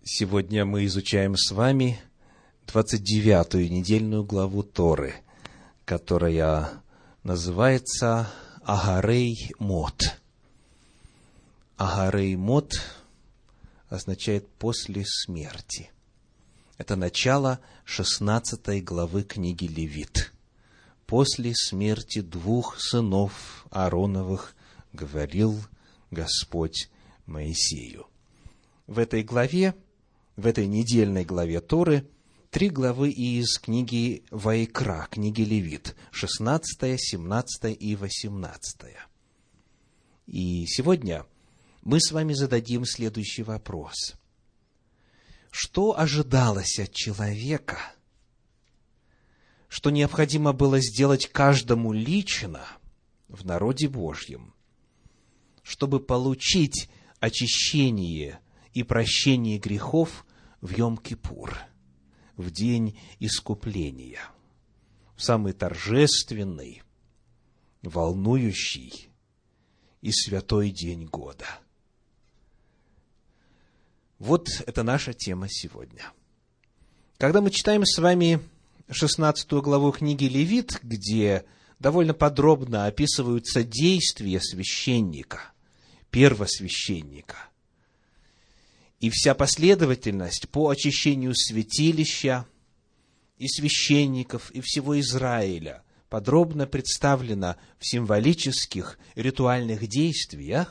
Сегодня мы изучаем с вами 29-ю недельную главу Торы, которая называется Агарей Мот. Агарей Мот означает «после смерти». Это начало 16 главы книги Левит. «После смерти двух сынов Аароновых говорил Господь Моисею». В этой главе, в этой недельной главе Торы, 3 главы из книги Ваикра, книги Левит, 16, 17 и 18. И сегодня мы с вами зададим следующий вопрос. Что ожидалось от человека, что необходимо было сделать каждому лично в народе Божьем, чтобы получить очищение и прощение грехов в Йом-Кипур, в день искупления, в самый торжественный, волнующий и святой день года? Вот это наша тема сегодня. Когда мы читаем с вами 16 главу книги Левит, где довольно подробно описываются действия священника, первосвященника, и вся последовательность по очищению святилища и священников, и всего Израиля подробно представлена в символических ритуальных действиях,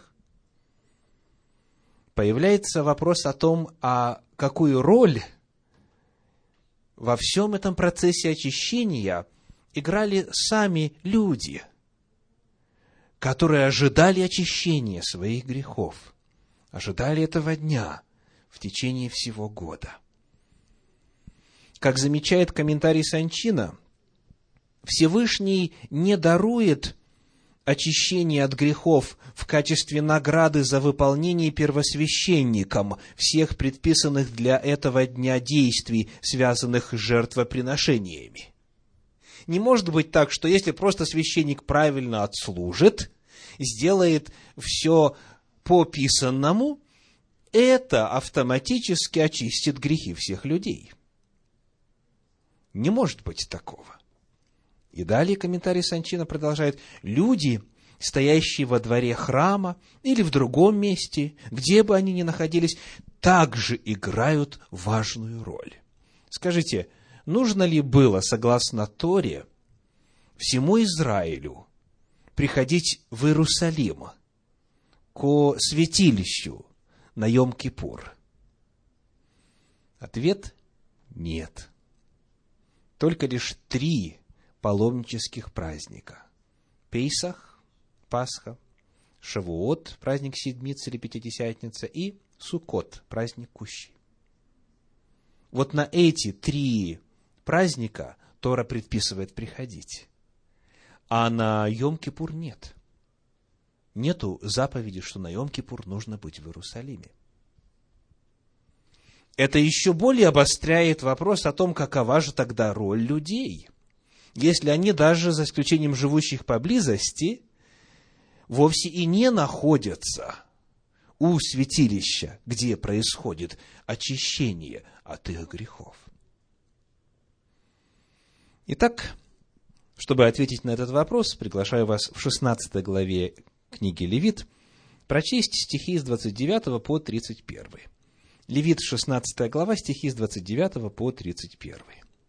появляется вопрос о том, а какую роль во всем этом процессе очищения играли сами люди, которые ожидали очищения своих грехов, ожидали этого дня в течение всего года. Как замечает комментарий Санчина, Всевышний не дарует очищение от грехов в качестве награды за выполнение первосвященником всех предписанных для этого дня действий, связанных с жертвоприношениями. Не может быть так, что если просто священник правильно отслужит, сделает все по писанному, это автоматически очистит грехи всех людей. Не может быть такого. И далее комментарий Санчина продолжает: люди, стоящие во дворе храма или в другом месте, где бы они ни находились, также играют важную роль. Скажите, нужно ли было, согласно Торе, всему Израилю приходить в Иерусалим, ко святилищу на Йом-Кипур? Ответ – нет. Только лишь 3 паломнических праздника: Пейсах, Пасха, Шавуот, праздник Седмицы или Пятидесятница, и Суккот, праздник Кущи. Вот на эти 3 праздника Тора предписывает приходить, а на Йом-Кипур нет. Нету заповеди, что на Йом-Кипур нужно быть в Иерусалиме. Это еще более обостряет вопрос о том, какова же тогда роль людей, если они, даже за исключением живущих поблизости, вовсе и не находятся у святилища, где происходит очищение от их грехов. Итак, чтобы ответить на этот вопрос, приглашаю вас в 16 главе книги Левит прочесть стихи с 29 по 31. Левит, 16 глава, стихи с 29 по 31.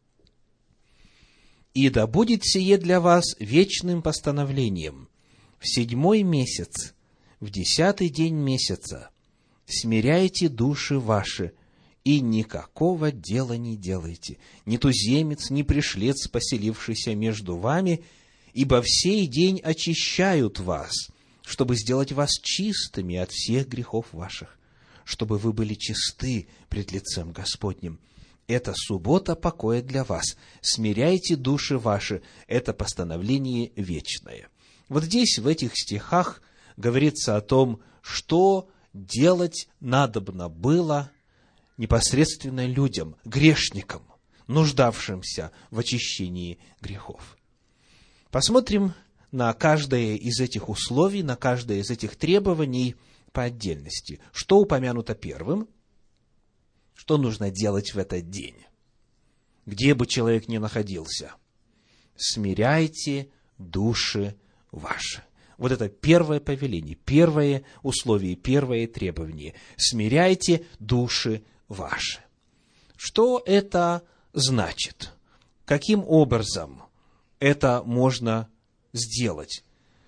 «И да будет сие для вас вечным постановлением: в 7-й месяц, в 10-й день месяца, смиряйте души ваши, и никакого дела не делайте, ни туземец, ни пришлец, поселившийся между вами, ибо в сей день очищают вас, чтобы сделать вас чистыми от всех грехов ваших, чтобы вы были чисты пред лицем Господним. Это суббота покоя для вас. Смиряйте души ваши. Это постановление вечное». Вот здесь, в этих стихах, говорится о том, что делать надобно было непосредственно людям, грешникам, нуждавшимся в очищении грехов. Посмотрим на каждое из этих условий, на каждое из этих требований по отдельности. Что упомянуто первым? Что нужно делать в этот день? Где бы человек ни находился? Смиряйте души ваши. Вот это первое повеление, первое условие, первое требование. Смиряйте души ваши. Что это значит? Каким образом это можно сделать?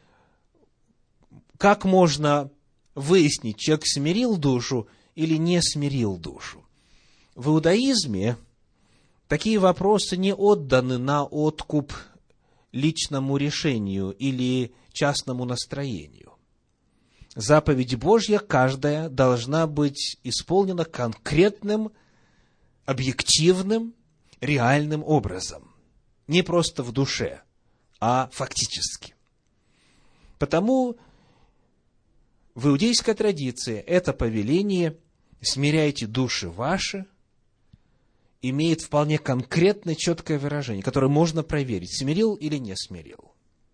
Как можно выяснить, человек смирил душу или не смирил душу? В иудаизме такие вопросы не отданы на откуп личному решению или частному настроению. Заповедь Божья, каждая, должна быть исполнена конкретным, объективным, реальным образом. Не просто в душе, а фактически. Потому в иудейской традиции это повеление «смиряйте души ваши» имеет вполне конкретное, четкое выражение, которое можно проверить, смирил или не смирил.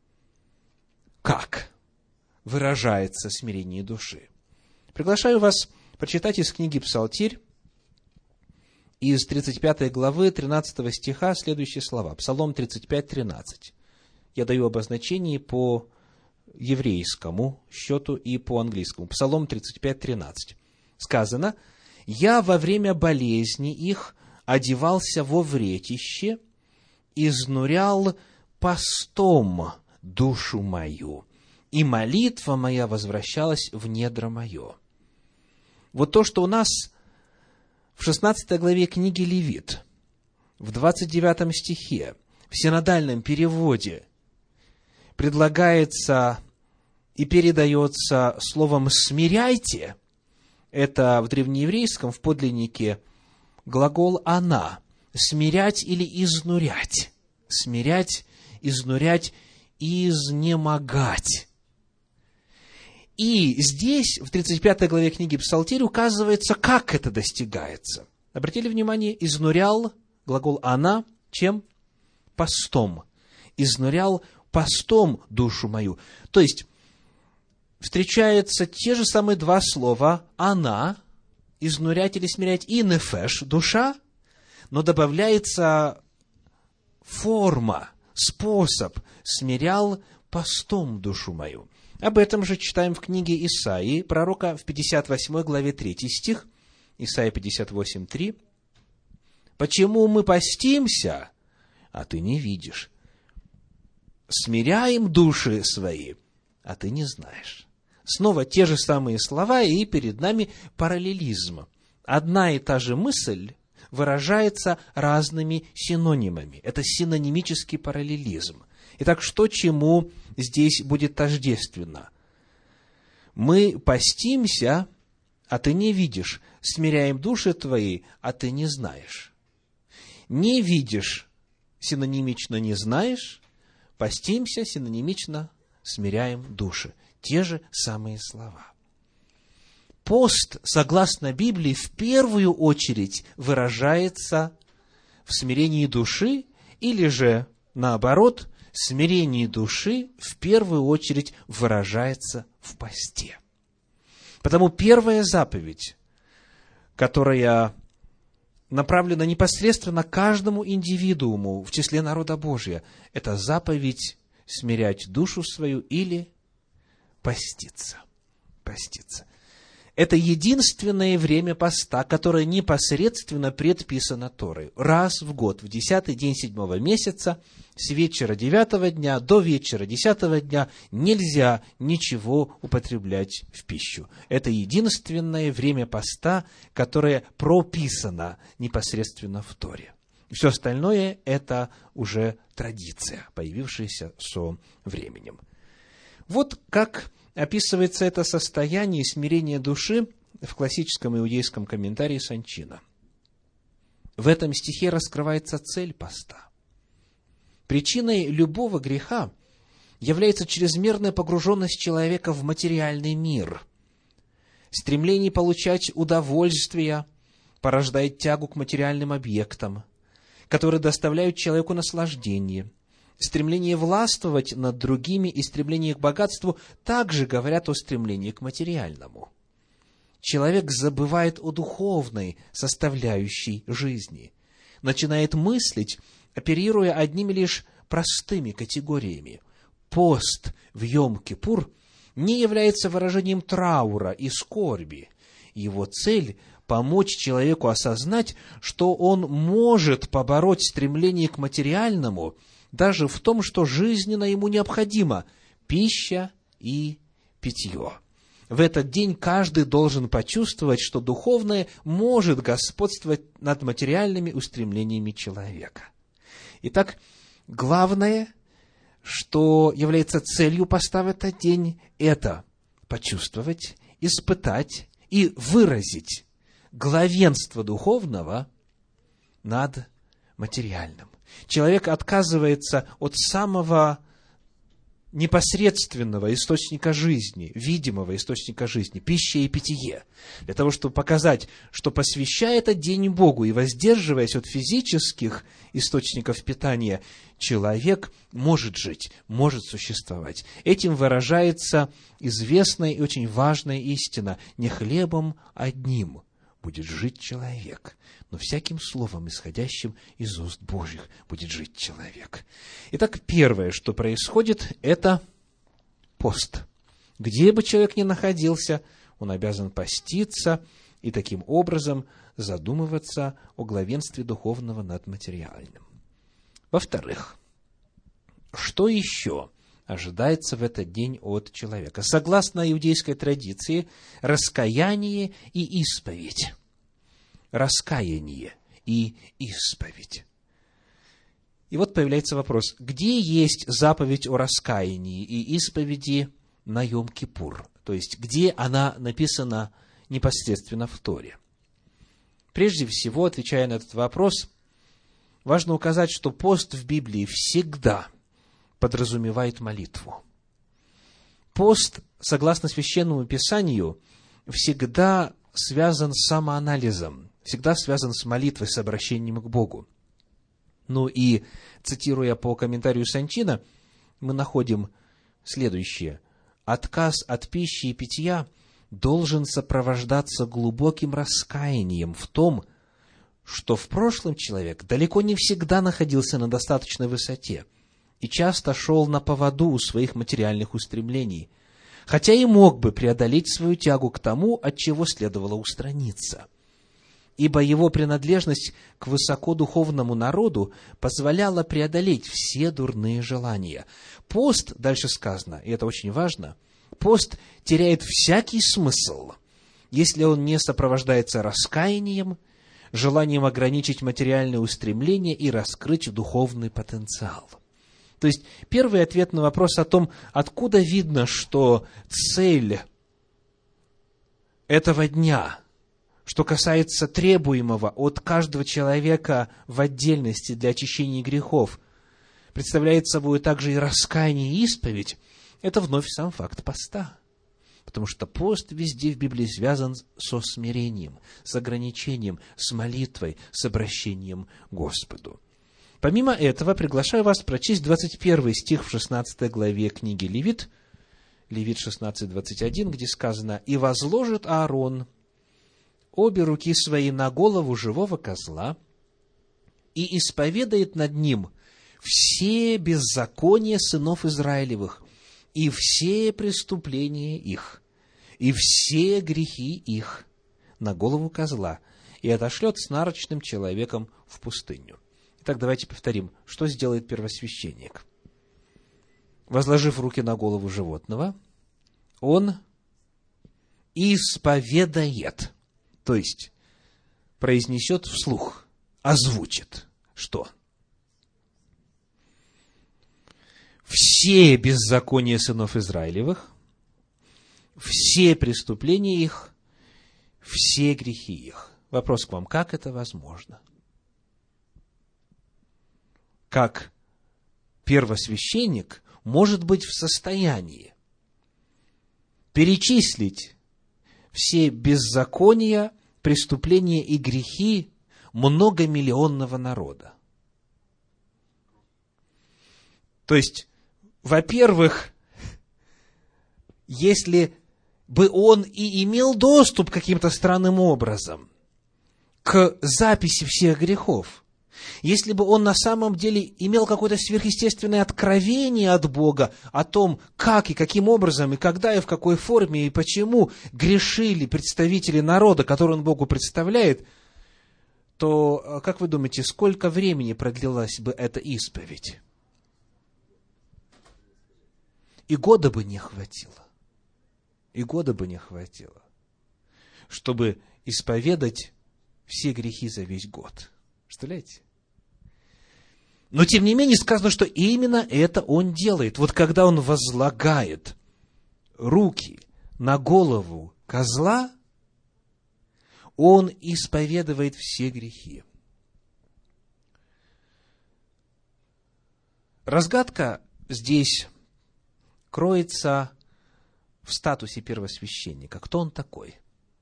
Как выражается смирение души? Приглашаю вас прочитать из книги «Псалтирь», из 35 главы 13 стиха следующие слова. Псалом 35, 13. Я даю обозначение по еврейскому счету и по английскому. Псалом 35, 13. Сказано: «Я во время болезни их одевался во вретище, изнурял постом душу мою, и молитва моя возвращалась в недра мое». Вот то, что у нас в 16 главе книги Левит, в 29 стихе, в синодальном переводе предлагается и передается словом «смиряйте», это в древнееврейском, в подлиннике, глагол «она», смирять или изнурять, смирять, изнурять, изнемогать. И здесь, в 35 главе книги Псалтирь, указывается, как это достигается. Обратили внимание, изнурял, глагол «она», чем? Постом. Изнурял постом душу мою. То есть, встречаются те же самые два слова «она», изнурять или смирять, и «нефеш», душа, но добавляется форма, способ, смирял постом душу мою. Об этом же читаем в книге Исаии, пророка, в 58 главе 3 стих, Исаия 58, 3. «Почему мы постимся, а ты не видишь? Смиряем души свои, а ты не знаешь». Снова те же самые слова, и перед нами параллелизм. Одна и та же мысль выражается разными синонимами. Это синонимический параллелизм. Итак, что чему здесь будет тождественно? Мы постимся, а ты не видишь. Смиряем души твои, а ты не знаешь. Не видишь, синонимично не знаешь. Постимся, синонимично смиряем души. Те же самые слова. Пост, согласно Библии, в первую очередь выражается в смирении души, или же, наоборот, смирение души в первую очередь выражается в посте. Потому первая заповедь, которая направлена непосредственно каждому индивидууму в числе народа Божия, это заповедь смирять душу свою или поститься. Поститься. Это единственное время поста, которое непосредственно предписано Торой. Раз в год, в 10-й день 7-го месяца, с вечера 9-го дня до вечера 10-го дня нельзя ничего употреблять в пищу. Это единственное время поста, которое прописано непосредственно в Торе. Все остальное – это уже традиция, появившаяся со временем. Вот как описывается это состояние смирения души в классическом иудейском комментарии Санчина. В этом стихе раскрывается цель поста. Причиной любого греха является чрезмерная погруженность человека в материальный мир. Стремление получать удовольствие порождает тягу к материальным объектам, которые доставляют человеку наслаждение. Стремление властвовать над другими и стремление к богатству также говорят о стремлении к материальному. человек забывает о духовной составляющей жизни, начинает мыслить, оперируя одними лишь простыми категориями. Пост в Йом-Кипур не является выражением траура и скорби. Его цель – помочь человеку осознать, что он может побороть стремление к материальному даже в том, что жизненно ему необходимо – пища и питье. В этот день каждый должен почувствовать, что духовное может господствовать над материальными устремлениями человека. Итак, главное, что является целью поста в этот день, это почувствовать, испытать и выразить главенство духовного над материальным. Человек отказывается от самого непосредственного источника жизни, видимого источника жизни, пищи и питье, для того, чтобы показать, что, посвящая этот день Богу и воздерживаясь от физических источников питания, человек может жить, может существовать. Этим выражается известная и очень важная истина: не хлебом одним будет жить человек, но всяким словом, исходящим из уст Божьих, будет жить человек. Итак, первое, что происходит, это пост. Где бы человек ни находился, он обязан поститься и таким образом задумываться о главенстве духовного над материальным. Во-вторых, что еще ожидается в этот день от человека? Согласно иудейской традиции, раскаяние и исповедь. Раскаяние и исповедь. И вот появляется вопрос, где есть заповедь о раскаянии и исповеди на Йом-Кипур? То есть, где она написана непосредственно в Торе? Прежде всего, отвечая на этот вопрос, важно указать, что пост в Библии всегда подразумевает молитву. Пост, согласно Священному Писанию, всегда связан с самоанализом, всегда связан с молитвой, с обращением к Богу. Ну и, цитируя по комментарию Санчина, мы находим следующее. Отказ от пищи и питья должен сопровождаться глубоким раскаянием в том, что в прошлом человек далеко не всегда находился на достаточной высоте и часто шел на поводу у своих материальных устремлений, хотя и мог бы преодолеть свою тягу к тому, от чего следовало устраниться. Ибо его принадлежность к высокодуховному народу позволяла преодолеть все дурные желания. Пост, дальше сказано, и это очень важно, пост теряет всякий смысл, если он не сопровождается раскаянием, желанием ограничить материальные устремления и раскрыть духовный потенциал. То есть, первый ответ на вопрос о том, откуда видно, что цель этого дня, что касается требуемого от каждого человека в отдельности для очищения грехов, представляет собой также и раскаяние и исповедь, это вновь сам факт поста. Потому что пост везде в Библии связан со смирением, с ограничением, с молитвой, с обращением к Господу. Помимо этого, приглашаю вас прочесть 21 стих в 16 главе книги Левит, Левит 16:21, где сказано: «И возложит Аарон обе руки свои на голову живого козла и исповедает над ним все беззакония сынов Израилевых и все преступления их, и все грехи их на голову козла, и отошлет с нарочным человеком в пустыню». Итак, давайте повторим, что сделает первосвященник. Возложив руки на голову животного, он исповедает, то есть произнесет вслух, озвучит, что? Все беззакония сынов Израилевых, все преступления их, все грехи их. Вопрос к вам, как это возможно? Как первосвященник может быть в состоянии перечислить все беззакония, преступления и грехи многомиллионного народа? То есть, во-первых, если бы он и имел доступ каким-то странным образом к записи всех грехов, если бы он на самом деле имел какое-то сверхъестественное откровение от Бога о том, как и каким образом, и когда, и в какой форме, и почему грешили представители народа, который он Богу представляет, то, как вы думаете, сколько времени продлилась бы эта исповедь? И года бы не хватило. И года бы не хватило, чтобы исповедать все грехи за весь год. Представляете? Но, тем не менее, сказано, что именно это он делает. Вот когда он возлагает руки на голову козла, он исповедует все грехи. Разгадка здесь кроется в статусе первосвященника. Кто он такой?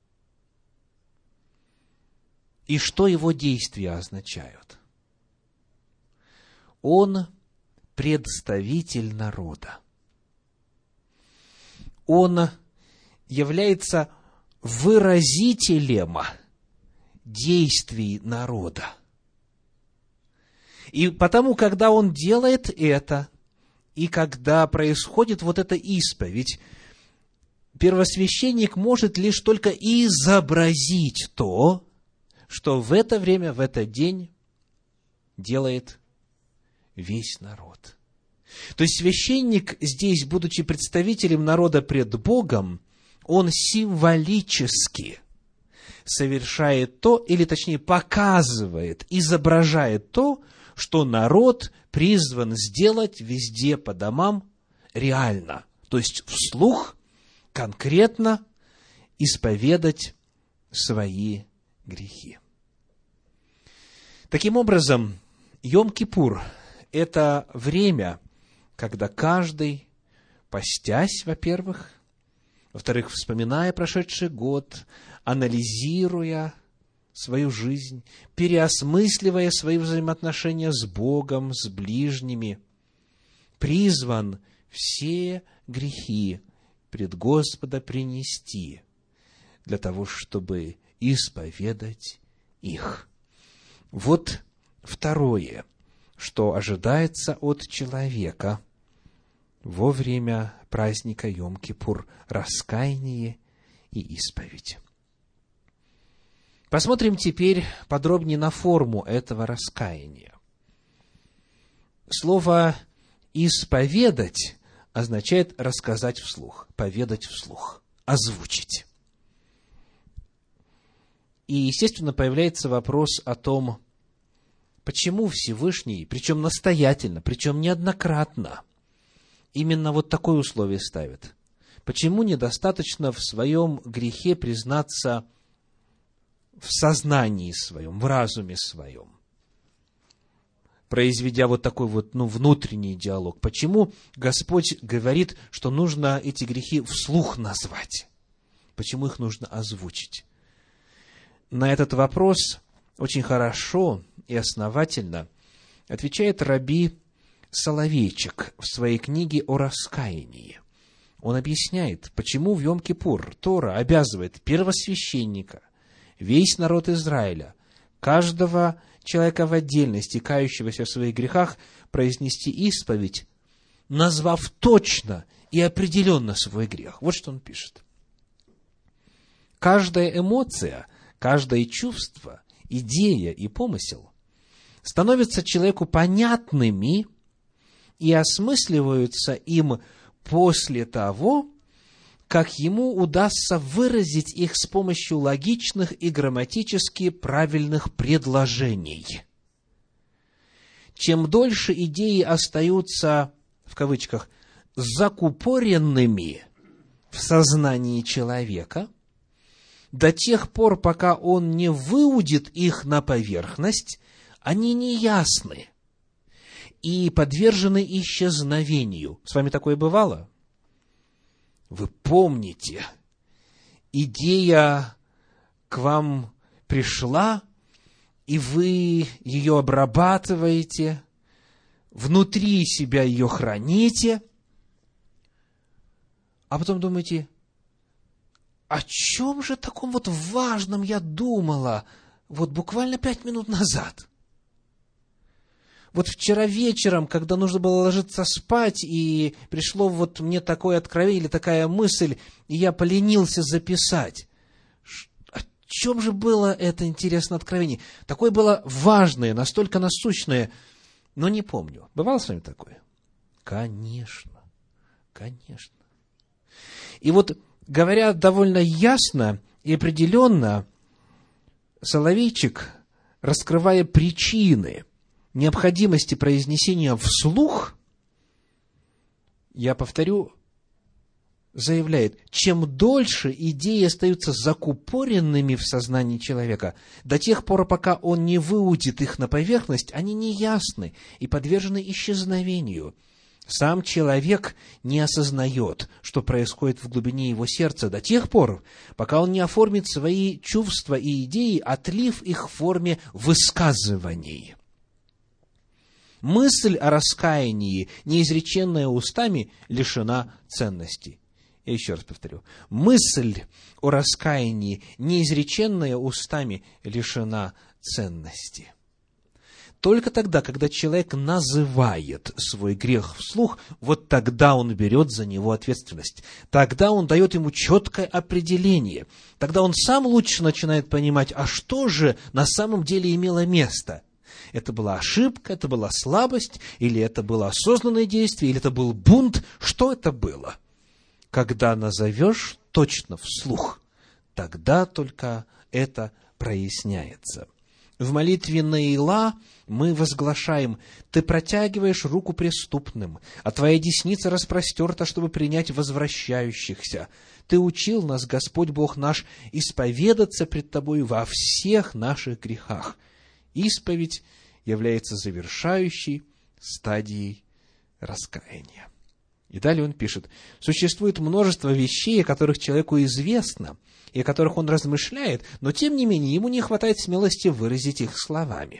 И что его действия означают? Он представитель народа. Он является выразителем действий народа. И потому, когда он делает это, и когда происходит вот эта исповедь, первосвященник может лишь только изобразить то, что в это время, в этот день делает весь народ. То есть священник здесь, будучи представителем народа пред Богом, он символически совершает то, или точнее показывает, изображает то, что народ призван сделать везде по домам реально. То есть вслух, конкретно исповедать свои грехи. Таким образом, Йом-Кипур – это время, когда каждый, постясь, во-первых, во-вторых, вспоминая прошедший год, анализируя свою жизнь, переосмысливая свои взаимоотношения с Богом, с ближними, призван все грехи пред Господа принести для того, чтобы исповедать их. Вот второе, что ожидается от человека во время праздника Йом-Кипур – раскаяние и исповедь. Посмотрим теперь подробнее на форму этого раскаяния. Слово «исповедать» означает рассказать вслух, поведать вслух, озвучить. И, естественно, появляется вопрос о том, почему Всевышний, причем настоятельно, причем неоднократно, именно вот такое условие ставит. Почему недостаточно в своем грехе признаться в сознании своем, в разуме своем, произведя вот такой вот, внутренний диалог? Почему Господь говорит, что нужно эти грехи вслух назвать? Почему их нужно озвучить? На этот вопрос очень хорошо и основательно отвечает раби Соловейчик в своей книге о раскаянии. Он объясняет, почему в Йом-Кипур Тора обязывает первосвященника, весь народ Израиля, каждого человека в отдельности, кающегося в своих грехах, произнести исповедь, назвав точно и определенно свой грех. Вот что он пишет. Каждая эмоция, каждое чувство, идея и помысел становятся человеку понятными и осмысливаются им после того, как ему удастся выразить их с помощью логичных и грамматически правильных предложений. Чем дольше идеи остаются, в кавычках, закупоренными в сознании человека, до тех пор, пока он не выудит их на поверхность, они неясны и подвержены исчезновению. С вами такое бывало? Вы помните, идея к вам пришла, и вы ее обрабатываете, внутри себя ее храните, а потом думаете, о чем же таком вот важном я думала вот буквально 5 минут назад? Вот вчера вечером, когда нужно было ложиться спать, и пришло вот мне такое откровение или такая мысль, и я поленился записать. О чем же было это интересное откровение? Такое было важное, настолько насущное, но не помню. Бывало с вами такое? Конечно, конечно. И вот, говоря довольно ясно и определенно, Соловейчик, раскрывая причины необходимости произнесения вслух, я повторю, заявляет, чем дольше идеи остаются закупоренными в сознании человека, до тех пор, пока он не выудит их на поверхность, они неясны и подвержены исчезновению. Сам человек не осознает, что происходит в глубине его сердца до тех пор, пока он не оформит свои чувства и идеи, отлив их в форме высказываний. Мысль о раскаянии, неизреченная устами, лишена ценности. Я еще раз повторю. Мысль о раскаянии, неизреченная устами, лишена ценности. Только тогда, когда человек называет свой грех вслух, вот тогда он берет за него ответственность. Тогда он дает ему четкое определение. Тогда он сам лучше начинает понимать, а что же на самом деле имело место. Это была ошибка, это была слабость, или это было осознанное действие, или это был бунт. Что это было? Когда назовешь точно вслух, тогда только это проясняется. В молитве Наила мы возглашаем: «Ты протягиваешь руку преступным, а твоя десница распростерта, чтобы принять возвращающихся. Ты учил нас, Господь Бог наш, исповедаться пред тобой во всех наших грехах». Исповедь является завершающей стадией раскаяния. И далее он пишет: существует множество вещей, о которых человеку известно, и о которых он размышляет, но тем не менее ему не хватает смелости выразить их словами.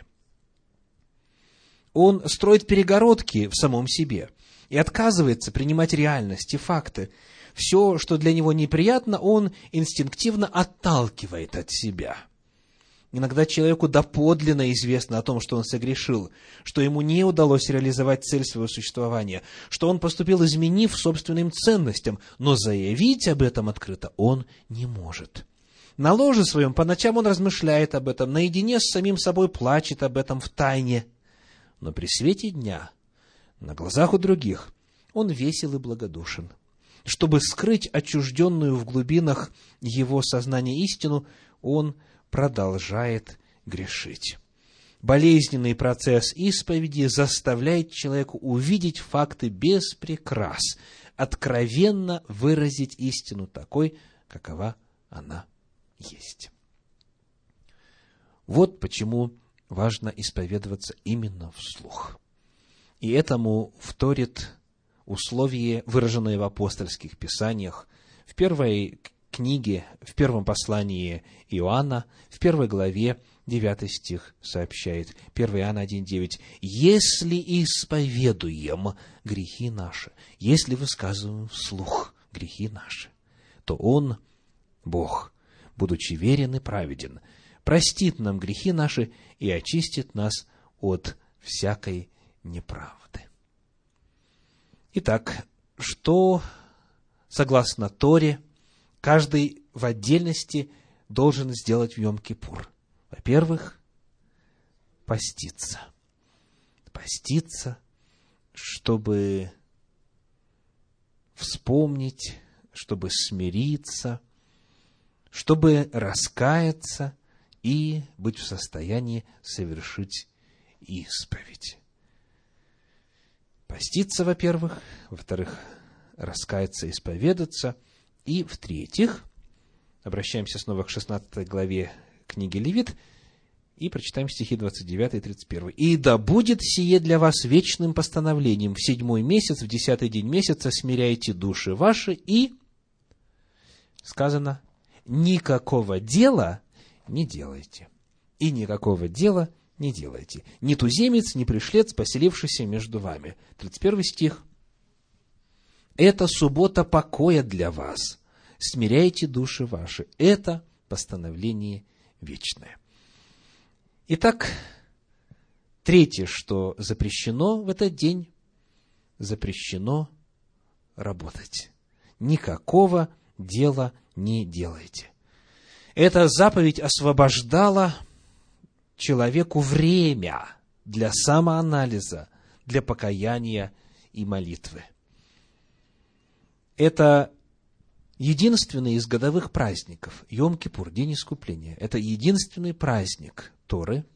Он строит перегородки в самом себе и отказывается принимать реальность и факты. Все, что для него неприятно, он инстинктивно отталкивает от себя. Иногда человеку доподлинно известно о том, что он согрешил, что ему не удалось реализовать цель своего существования, что он поступил, изменив собственным ценностям, но заявить об этом открыто он не может. На ложе своем по ночам он размышляет об этом, наедине с самим собой плачет об этом в тайне. Но при свете дня, на глазах у других, он весел и благодушен. Чтобы скрыть отчужденную в глубинах его сознания истину, он продолжает грешить. Болезненный процесс исповеди заставляет человека увидеть факты без прикрас, откровенно выразить истину такой, какова она есть. Вот почему важно исповедоваться именно вслух. И этому вторит условие, выраженное в апостольских писаниях, в первой книге, в первом послании Иоанна, в 1 главе, 9 стих сообщает, 1 Иоанна 1,9: «Если исповедуем грехи наши, если высказываем вслух грехи наши, то Он, Бог, будучи верен и праведен, простит нам грехи наши и очистит нас от всякой неправды». Итак, что, согласно Торе, каждый в отдельности должен сделать в Йом-Кипур? Во-первых, поститься. Поститься, чтобы вспомнить, чтобы смириться, чтобы раскаяться и быть в состоянии совершить исповедь. Поститься, во-первых. Во-вторых, раскаяться, исповедаться. И, в-третьих, обращаемся снова к 16 главе книги Левит и прочитаем стихи 29 и 31. «И да будет сие для вас вечным постановлением: в 7-й месяц, в 10-й день месяца смиряйте души ваши, и, сказано, никакого дела не делайте». И никакого дела не делайте. «Ни туземец, ни пришлец, поселившийся между вами». 31 стих. «Это суббота покоя для вас. смиряйте души ваши. Это постановление вечное. Итак, третье, что запрещено в этот день, запрещено работать. Никакого дела не делайте. Эта заповедь освобождала человеку время для самоанализа, для покаяния и молитвы. Это единственный из годовых праздников, Йом-Кипур, День Искупления. Это единственный праздник Торы,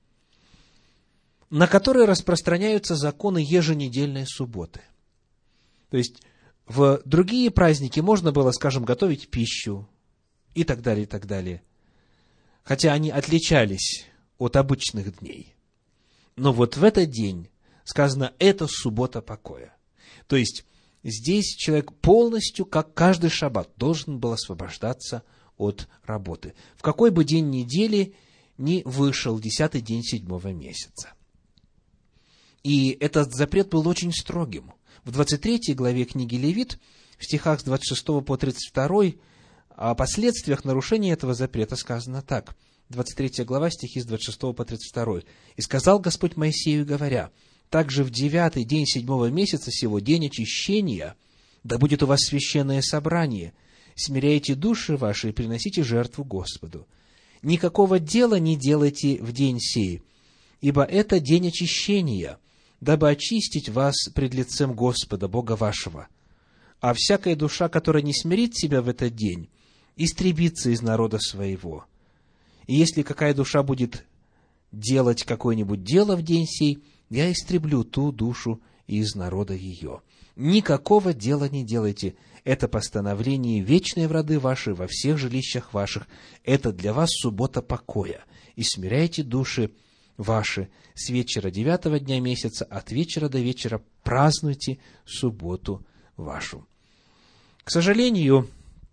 на который распространяются законы еженедельной субботы. То есть, в другие праздники можно было, скажем, готовить пищу и так далее, и так далее. Хотя они отличались от обычных дней. Но вот в этот день сказано, это суббота покоя. То есть, здесь человек полностью, как каждый шаббат, должен был освобождаться от работы. В какой бы день недели ни вышел 10-й день 7-го месяца. И этот запрет был очень строгим. В 23 главе книги Левит, в стихах с 26 по 32, о последствиях нарушения этого запрета сказано так. 23 глава, стихи с 26 по 32. «И сказал Господь Моисею, говоря, также в 9-й день 7-го месяца сего, день очищения, да будет у вас священное собрание. Смиряйте души ваши и приносите жертву Господу. Никакого дела не делайте в день сей, ибо это день очищения, дабы очистить вас пред лицем Господа, Бога вашего. А всякая душа, которая не смирит себя в этот день, истребится из народа своего. И если какая душа будет делать какое-нибудь дело в день сей, я истреблю ту душу из народа ее. Никакого дела не делайте. Это постановление вечное в роды ваши, во всех жилищах ваших. Это для вас суббота покоя. И смиряйте души ваши с вечера 9-го дня месяца, от вечера до вечера празднуйте субботу вашу». К сожалению,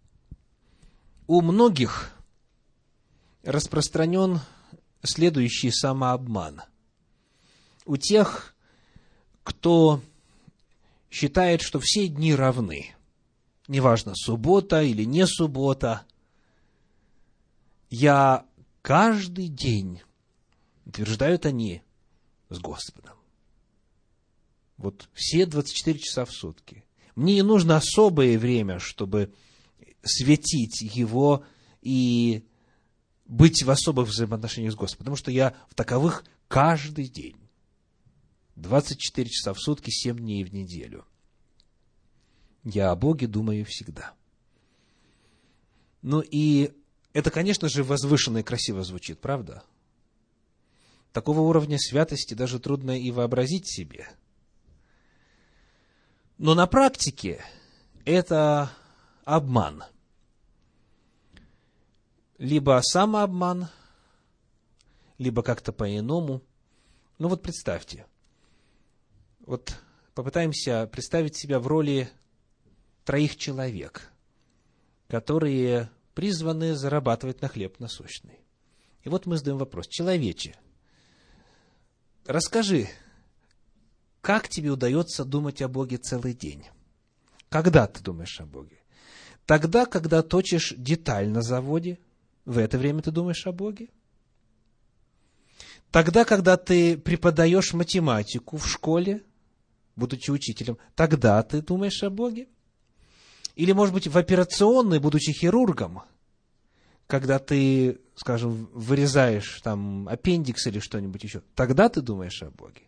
у многих распространен следующий самообман. У тех, кто считает, что все дни равны, неважно, суббота или не суббота, я каждый день, утверждают они, с Господом. Вот все 24 часа в сутки. Мне не нужно особое время, чтобы светить Его и быть в особых взаимоотношениях с Господом, потому что я в таковых каждый день. 24 часа в сутки, 7 дней в неделю. Я о Боге думаю всегда. Ну и это, конечно же, возвышенно и красиво звучит, правда? Такого уровня святости даже трудно и вообразить себе. Но на практике это обман. Либо самообман, либо как-то по-иному. Ну вот представьте. Вот попытаемся представить себя в роли 3 человек, которые призваны зарабатывать на хлеб насущный. И вот мы задаем вопрос: человече, расскажи, как тебе удается думать о Боге целый день? Когда ты думаешь о Боге? Тогда, когда точишь деталь на заводе, в это время ты думаешь о Боге? Тогда, когда ты преподаешь математику в школе, будучи учителем, тогда ты думаешь о Боге? Или, может быть, в операционной, будучи хирургом, когда ты, скажем, вырезаешь там аппендикс или что-нибудь еще, тогда ты думаешь о Боге?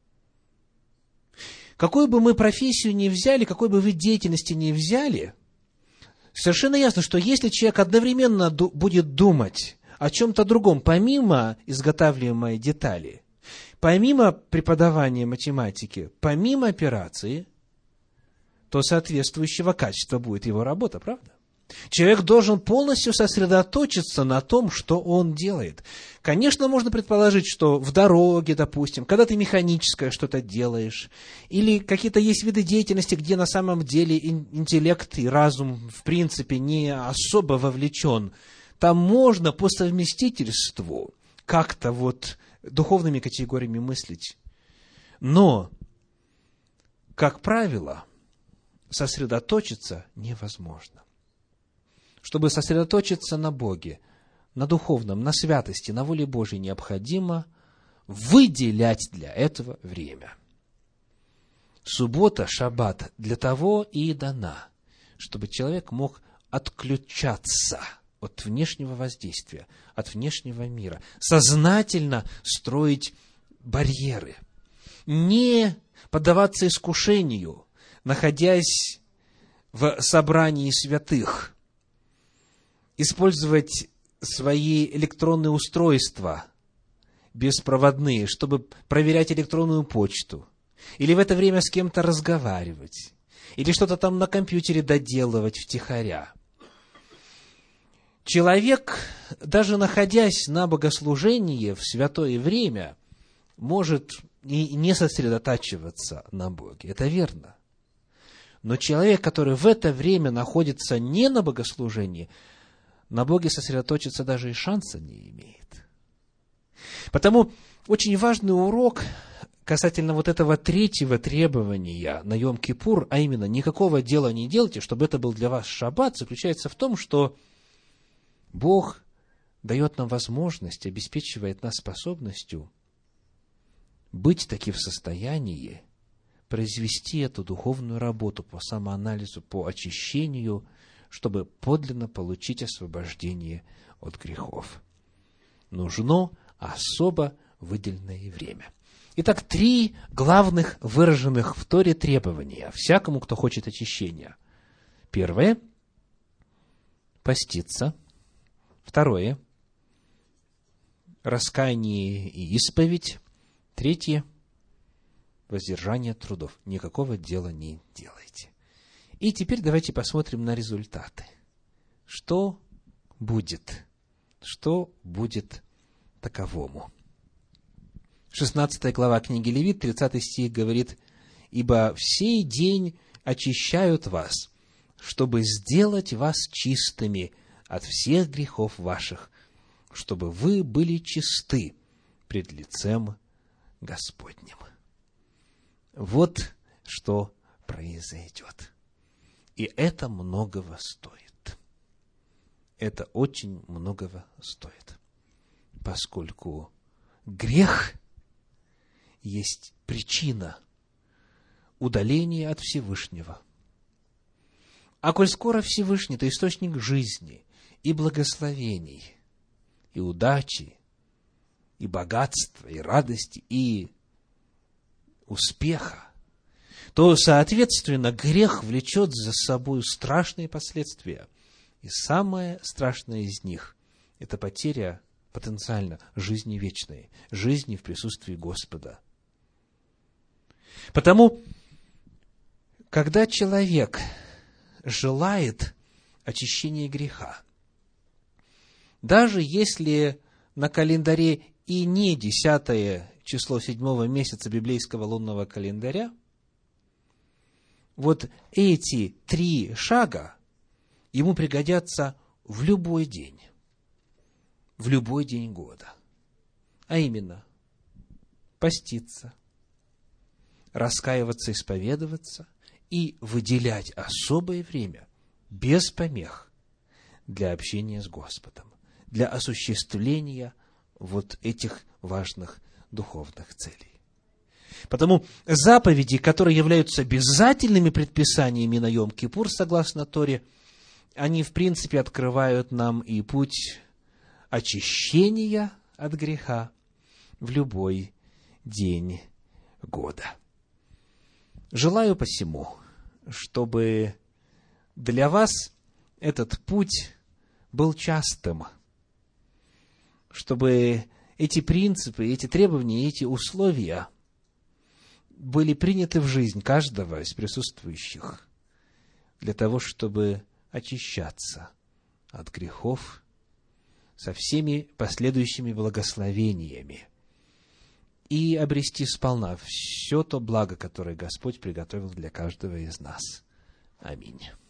Какую бы мы профессию ни взяли, какой бы вид деятельности ни взяли, совершенно ясно, что если человек одновременно будет думать о чем-то другом, помимо изготавливаемой детали, помимо преподавания математики, помимо операции, то соответствующего качества будет его работа, правда? Человек должен полностью сосредоточиться на том, что он делает. Конечно, можно предположить, что в дороге, допустим, когда ты механическое что-то делаешь, или какие-то есть виды деятельности, где на самом деле интеллект и разум, в принципе, не особо вовлечен, там можно по совместительству как-то вот духовными категориями мыслить. Но, как правило, сосредоточиться невозможно. Чтобы сосредоточиться на Боге, на духовном, на святости, на воле Божьей, необходимо выделять для этого время. Суббота, шаббат для того и дана, чтобы человек мог отключаться от внешнего воздействия, от внешнего мира, сознательно строить барьеры, не поддаваться искушению, находясь в собрании святых, использовать свои электронные устройства беспроводные, чтобы проверять электронную почту, или в это время с кем-то разговаривать, или что-то там на компьютере доделывать втихаря. Человек, даже находясь на богослужении в святое время, может и не сосредотачиваться на Боге. Это верно. Но человек, который в это время находится не на богослужении, на Боге сосредоточиться даже и шанса не имеет. Потому очень важный урок касательно вот этого третьего требования на Йом-Кипур, а именно, никакого дела не делайте, чтобы это был для вас шаббат, заключается в том, что Бог дает нам возможность, обеспечивает нас способностью быть таки в состоянии произвести эту духовную работу по самоанализу, по очищению, чтобы подлинно получить освобождение от грехов. Нужно особо выделенное время. Итак, 3 главных выраженных в Торе требования всякому, кто хочет очищения. Первое – поститься. Второе – раскаяние и исповедь. Третье – воздержание от трудов. Никакого дела не делайте. И теперь давайте посмотрим на результаты. Что будет? Что будет таковому? 16 глава книги Левит, 30 стих говорит: «Ибо в сей день очищают вас, чтобы сделать вас чистыми от всех грехов ваших, чтобы вы были чисты пред лицем Господним». Вот что произойдет. И это многого стоит. Это очень многого стоит. Поскольку грех есть причина удаления от Всевышнего. А коль скоро Всевышний – это источник жизни и благословений, и удачи, и богатства, и радости, и успеха, то, соответственно, грех влечет за собой страшные последствия. И самое страшное из них – это потеря потенциально жизни вечной, жизни в присутствии Господа. Потому, когда человек желает очищения греха, даже если на календаре и не 10 число 7 месяца библейского лунного календаря, вот эти 3 шага ему пригодятся в любой день года. А именно, поститься, раскаиваться, исповедоваться и выделять особое время, без помех, для общения с Господом, для осуществления вот этих важных духовных целей. Потому заповеди, которые являются обязательными предписаниями на Йом-Кипур, согласно Торе, они, в принципе, открывают нам и путь очищения от греха в любой день года. Желаю посему, чтобы для вас этот путь был частым, чтобы эти принципы, эти требования, эти условия были приняты в жизнь каждого из присутствующих для того, чтобы очищаться от грехов со всеми последующими благословениями и обрести сполна все то благо, которое Господь приготовил для каждого из нас. Аминь.